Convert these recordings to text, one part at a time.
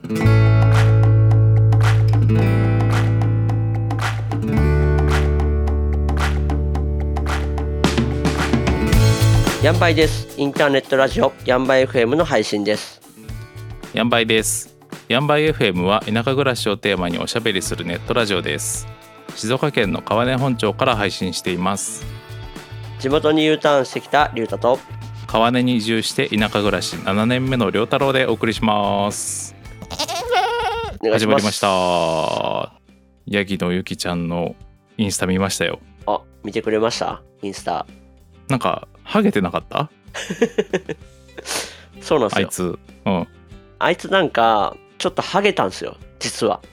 ヤンバイです。インターネットラジオヤンバイ FM の配信です。 ヤンバイです。ヤンバイ FM は田舎暮らしをテーマにおしゃべりするネットラジオです。静岡県の川根本町から配信しています。 地元に U ターンしてきた龍太と川根に移住して田舎暮らし7年目の龍太郎でお送りします。 お願いします。 始まりました。ヤギのゆきちゃんのインスタ見ましたよ。 あ、見てくれました？インスタなんかハゲてなかったそうなんですよ。 あいつ、 あいつなんかちょっとハゲたんですよ実は。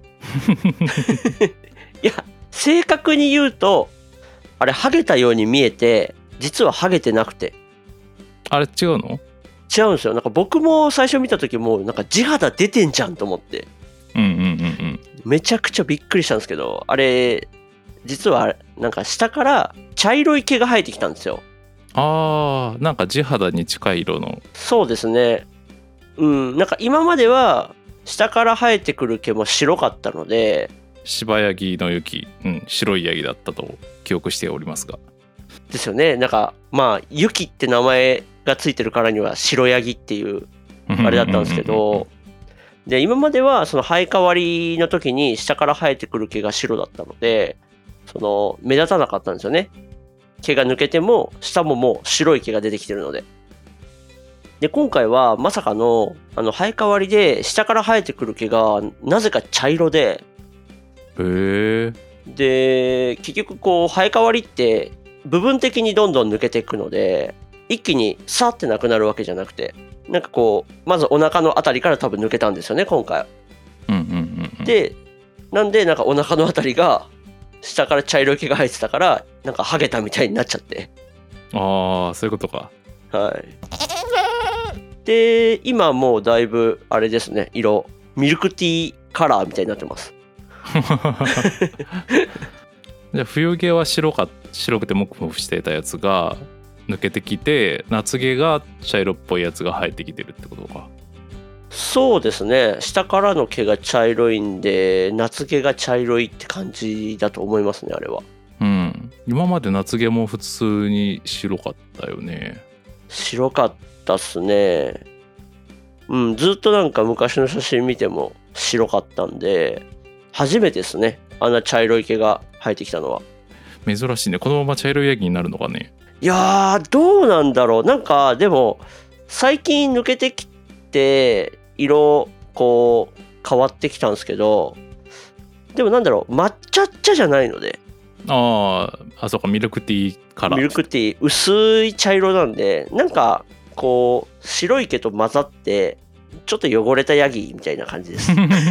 いや正確に言うとあれハゲたように見えて実はハゲてなくて。 あれ違うの？ 違うんですよ。なんか僕も最初見た時もなんか地肌出てんじゃんと思って、めちゃくちゃびっくりしたんですけど、あれ実はなんか下から茶色い毛が生えてきたんですよ。 なんか地肌に近い色の。 そうですね。なんか今までは下から生えてくる毛も白かったので、 柴ヤギの雪、白いヤギだったと記憶しておりますが。 ですよね。なんかまあ雪って名前がついてるからには白ヤギっていうあれだったんですけど、で今まではその生え変わりの時に下から生えてくる毛が白だったので、その目立たなかったんですよね。毛が抜けても下ももう白い毛が出てきてるので。で今回はまさかの生え変わりで下から生えてくる毛がなぜか茶色で、で結局こう生え変わりって部分的にどんどん抜けていくので、一気にサーってなくなるわけじゃなくて、なんかこうまずお腹のあたりから多分抜けたんですよね今回。でなんでなんかお腹のあたりが下から茶色い毛が生えてたからなんかハゲたみたいになっちゃって。 そういうことか。 はい。で今もうだいぶあれですね、色ミルクティーカラーみたいになってます。 じゃあ冬毛は白くてモフモフしてたやつが抜けてきて、夏毛が茶色っぽいやつが生えてきてるってことか。 そうですね。下からの毛が茶色いんで夏毛が茶色いって感じだと思いますね、あれは。 今まで夏毛も普通に白かったよね。 白かったっすね。ずっとなんか昔の写真見ても白かったんで初めてですね、あんな茶色い毛が生えてきたのは。 珍しいね。このまま茶色いヤギになるのかね。 いやーどうなんだろう。なんかでも最近抜けてきて色こう変わってきたんですけど、でもなんだろう、抹茶っ茶じゃないので。 そうか、ミルクティーカラー。 ミルクティー薄い茶色なんで、なんかこう白い毛と混ざってちょっと汚れたヤギみたいな感じです。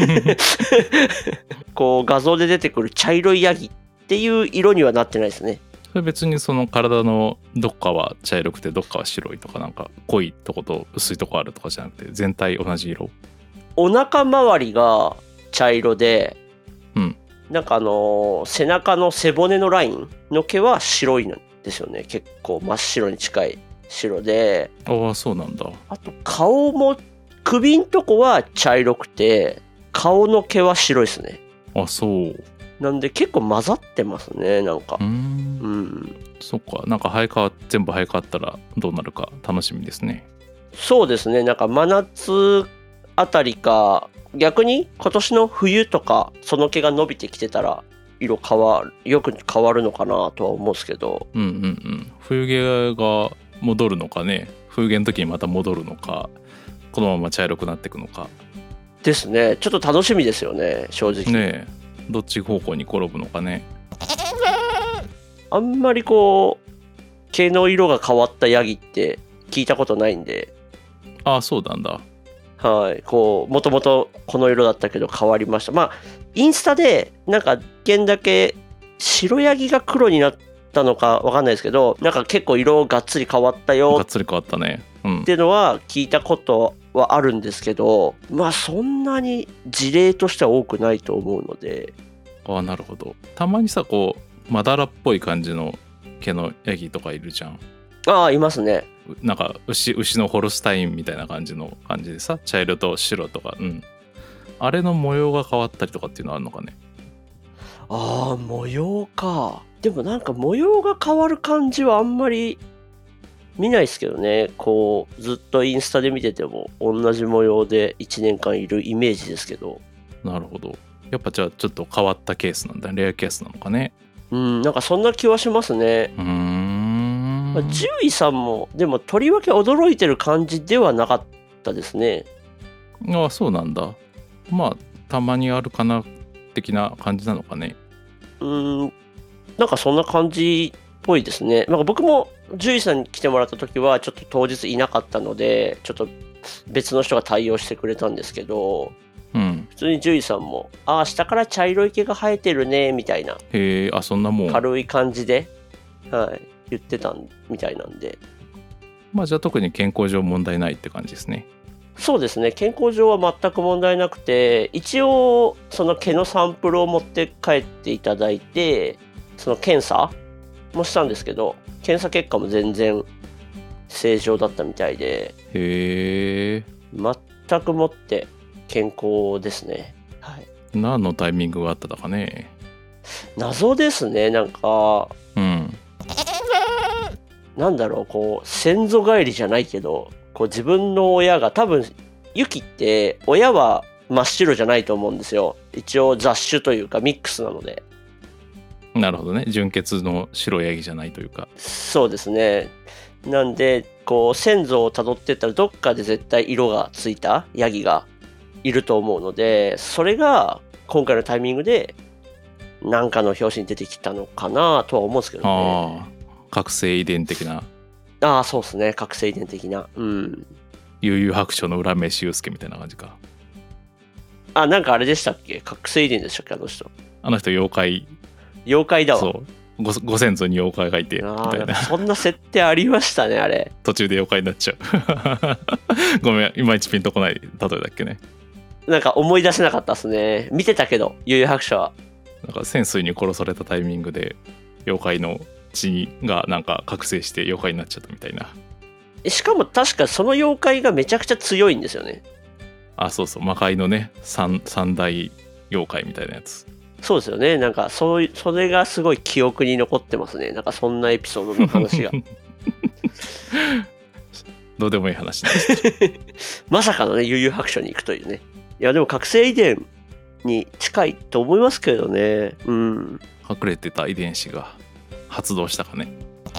こう画像で出てくる茶色いヤギっていう色にはなってないですね。 それ別にその体のどっかは茶色くてどっかは白いとか、なんか濃いとこと薄いとこあるとかじゃなくて全体同じ色。 お腹周りが茶色で、なんか背中の背骨のラインの毛は白いんですよね。結構真っ白に近い白で。 そうなんだ。 あと顔も首んとこは茶色くて顔の毛は白いですね。 そうなんで結構混ざってますね、なんか。 そっか。なんか全部生え変わったらどうなるか楽しみですね。 そうですね。なんか真夏あたりか逆に今年の冬とかその毛が伸びてきてたらよく変わるのかなとは思うんですけど。 冬毛が戻るのかね。冬毛の時にまた戻るのか、このまま茶色くなっていくのかですね。ちょっと楽しみですよね、正直ね。どっち方向に転ぶのかね。 あんまりこう毛の色が変わったヤギって聞いたことないんで。 そうなんだ。 はい、こうもともとこの色だったけど変わりました。まあインスタでなんか一見だけ白ヤギが黒になったのかわかんないですけど、なんか結構色がっつり変わったよ。 がっつり変わったね。 っていうのは聞いたことはあるんですけど、まあそんなに事例としては多くないと思うので。 なるほど。たまにさ、こうまだらっぽい感じの毛のヤギとかいるじゃん。 いますね。 なんか牛のホルスタインみたいな感じでさ、茶色と白とか、 あれの模様が変わったりとかっていうのはあるのかね。 模様か。でもなんか模様が変わる感じはあんまり見ないですけどね。こうずっとインスタで見てても同じ模様で1年間いるイメージですけど。 なるほど。やっぱじゃあちょっと変わったケースなんだ。レアケースなのかね。 なんかそんな気はしますね。獣医さんもでもとりわけ驚いてる感じではなかったですね。 ああ、そうなんだ。まあたまにあるかな的な感じなのかね。 なんかそんな感じっぽいですね。なんか僕も獣医さんに来てもらった時はちょっと当日いなかったのでちょっと別の人が対応してくれたんですけど、普通に獣医さんも下から茶色い毛が生えてるねみたいな、 へえ、そんなもん軽い感じで、言ってたみたいなんで、 まあじゃあ特に健康上問題ないって感じですね。 そうですね、健康上は全く問題なくて、一応その毛のサンプルを持って帰っていただいてその検査もしたんですけど、検査結果も全然正常だったみたいで、 へえ、 全くもって健康ですね。 何のタイミングがあっただかね。 謎ですね。なんかなんだろう、こう先祖返りじゃないけど、こう自分の親が多分ユキって親は真っ白じゃないと思うんですよ。一応雑種というかミックスなので。 なるほどね。純血の白ヤギじゃないというか。 そうですね。なんでこう先祖をたどってったらどっかで絶対色がついたヤギがいると思うので、それが今回のタイミングで何かの表紙に出てきたのかなとは思うんですけどね。 覚醒遺伝的な。 そうですね、覚醒遺伝的な。 悠々白書の浦飯祐介みたいな感じか。 なんかあれでしたっけ、覚醒遺伝でしたっけ、あの人。 妖怪だわ。 そう、ご先祖に妖怪がいてみたいな。 そんな設定ありましたね、あれ。 途中で妖怪になっちゃうごめん、いまいちピンとこない例えだっけね。 なんか思い出せなかったっすね。見てたけど、悠々白書は。 なんか潜水に殺されたタイミングで妖怪の血がなんか覚醒して妖怪になっちゃったみたいな。 しかも確かその妖怪がめちゃくちゃ強いんですよね。 そうそう、魔界のね、三大妖怪みたいなやつ。 そうですよね。なんかそれがすごい記憶に残ってますね。なんかそんなエピソードの話がどうでもいい話なんですまさかのね、悠々白書に行くというね。いやでも覚醒遺伝に近いと思いますけどね。 隠れてた遺伝子が発動したかね。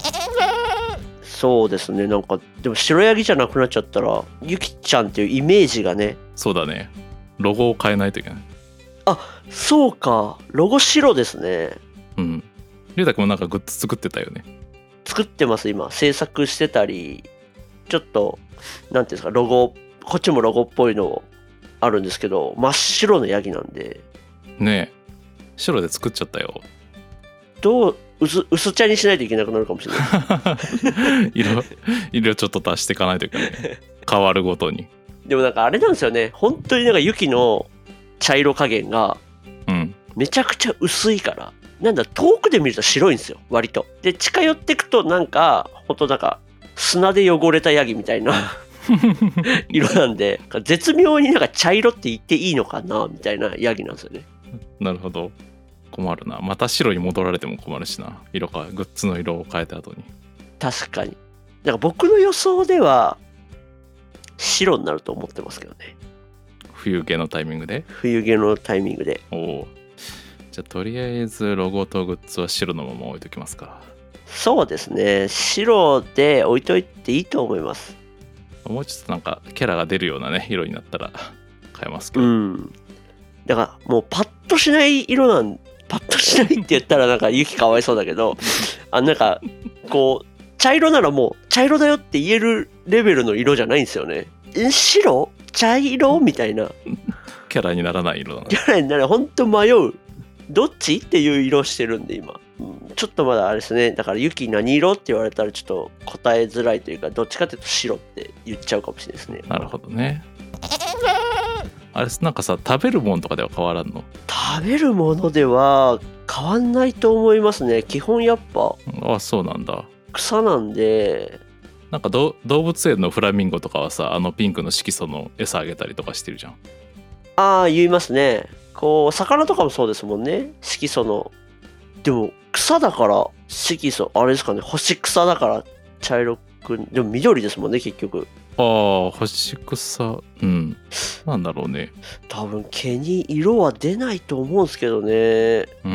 そうですね。なんかでも白ヤギじゃなくなっちゃったらユキちゃんっていうイメージがね。 そうだね、ロゴを変えないといけない。 そうか、ロゴ白ですね。 りゅうたくんもなんかグッズ作ってたよね。 作ってます。今制作してたり、ちょっとなんていうんですか、ロゴ、こっちもロゴっぽいのあるんですけど、真っ白のヤギなんでねえ、白で作っちゃったよ。 薄茶にしないといけなくなるかもしれない色ちょっと足していかないといけない変わるごとに。 でもなんかあれなんですよね、本当になんか雪の茶色加減がめちゃくちゃ薄いから、なんだ遠くで見ると白いんですよ、割と。で近寄ってくとなんかほんとなんか砂で汚れたヤギみたいな色なんで、絶妙になんか茶色って言っていいのかなみたいなヤギなんですよね。 なるほど、困るな。また白に戻られても困るしな。グッズの色を変えた後に。確かに。なんか僕の予想では白になると思ってますけどね。 冬毛のタイミングで。じゃあとりあえずロゴとグッズは白のまま置いときますか。 そうですね、白で置いといていいと思います。 もうちょっとなんかキャラが出るようなね色になったら変えますけど。 だからもうパッとしない色パッとしないって言ったらなんか雪かわいそうだけどなんかこう茶色ならもう茶色だよって言えるレベルの色じゃないんですよね。白？茶色？みたいなキャラにならない色だな。 キャラにならほんと迷う。どっちっていう色してるんで今、ちょっとまだあれですね。だから雪何色って言われたらちょっと答えづらいというか、どっちかっていうと白って言っちゃうかもしれないですね。 なるほどね。あれなんかさ、食べるものとかでは変わらんの？ 食べるものでは変わんないと思いますね。基本やっぱそうなんだ。 草なんで。 なんか動物園のフラミンゴとかはさ、ピンクの色素の餌あげたりとかしてるじゃん。 ああ、言いますね。こう魚とかもそうですもんね。色素の。でも草だから色素あれですかね。干し草だから茶色く、でも緑ですもんね結局。 ああ、干し草、うん。なんだろうね。 多分毛に色は出ないと思うんですけどね。 うん。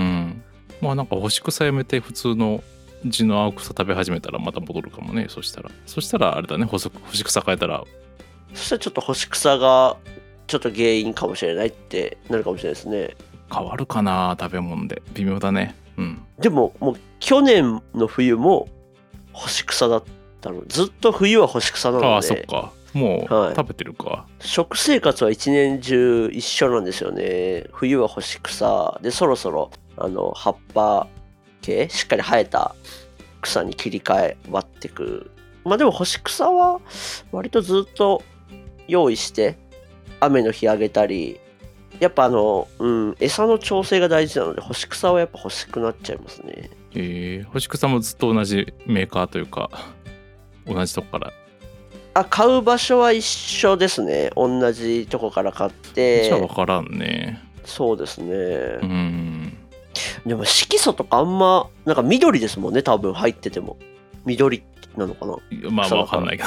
まあなんか干し草やめて普通の地の青草食べ始めたらまた戻るかもね。そしたらあれだね。干し草変えたら。 そしたらちょっと干し草がちょっと原因かもしれないってなるかもしれないですね。 変わるかな、食べ物で。微妙だね。うん。 でももう去年の冬も干し草だったの。ずっと冬は干し草なので。 ああ、そっか。もうはい食べてるか。 食生活は一年中一緒なんですよね。冬は干し草で、そろそろ葉っぱ系しっかり生えた草に切り替わってく。まあでも干し草は割とずっと用意して雨の日あげたり、やっぱ餌の調整が大事なので干し草はやっぱ欲しくなっちゃいますね。 干し草もずっと同じメーカーというか同じとこから。 買う場所は一緒ですね。同じとこから買って。 じゃあ分からんね。 そうですね。でも色素とかあんまなんか緑ですもんね。多分入ってても緑なのかな。 まあ分かんないけど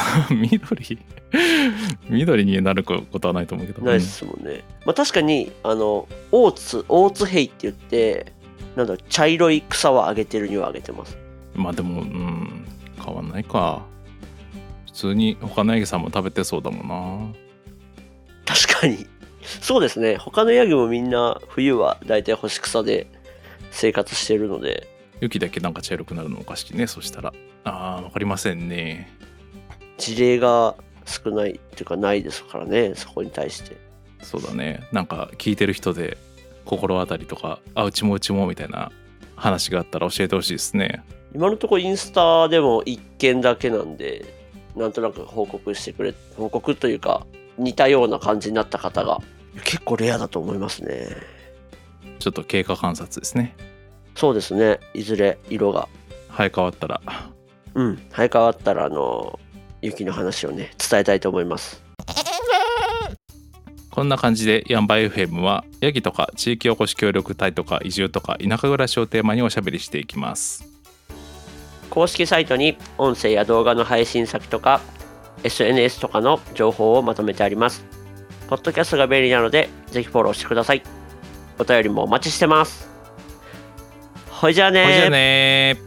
緑になることはないと思うけど。 ないですもんね。まあ確かにオーツヘイって言ってなんだ茶色い草はあげてるにはあげてます。 まあでも変わんないか。普通に他のヤギさんも食べてそうだもんな。 確かにそうですね。他のヤギもみんな冬はだいたい干し草で生活してるので。 雪だけなんか茶色くなるのおかしいね。そしたら分かりませんね。 事例が少ないっていうかないですからね、そこに対して。 そうだね。なんか聞いてる人で心当たりとかうちもみたいな話があったら教えてほしいですね。 今のところインスタでも1件だけなんで、なんとなく報告というか似たような感じになった方が結構レアだと思いますね。 ちょっと経過観察ですね。 そうですね。いずれ色が生え変わったら雪の話をね伝えたいと思います。 こんな感じでヤンバイ FM はヤギとか地域おこし協力隊とか移住とか田舎暮らしをテーマにおしゃべりしていきます。 公式サイトに音声や動画の配信先とか SNS とかの情報をまとめてあります。ポッドキャストが便利なのでぜひフォローしてください。お便りもお待ちしてます。ほいじゃあねー。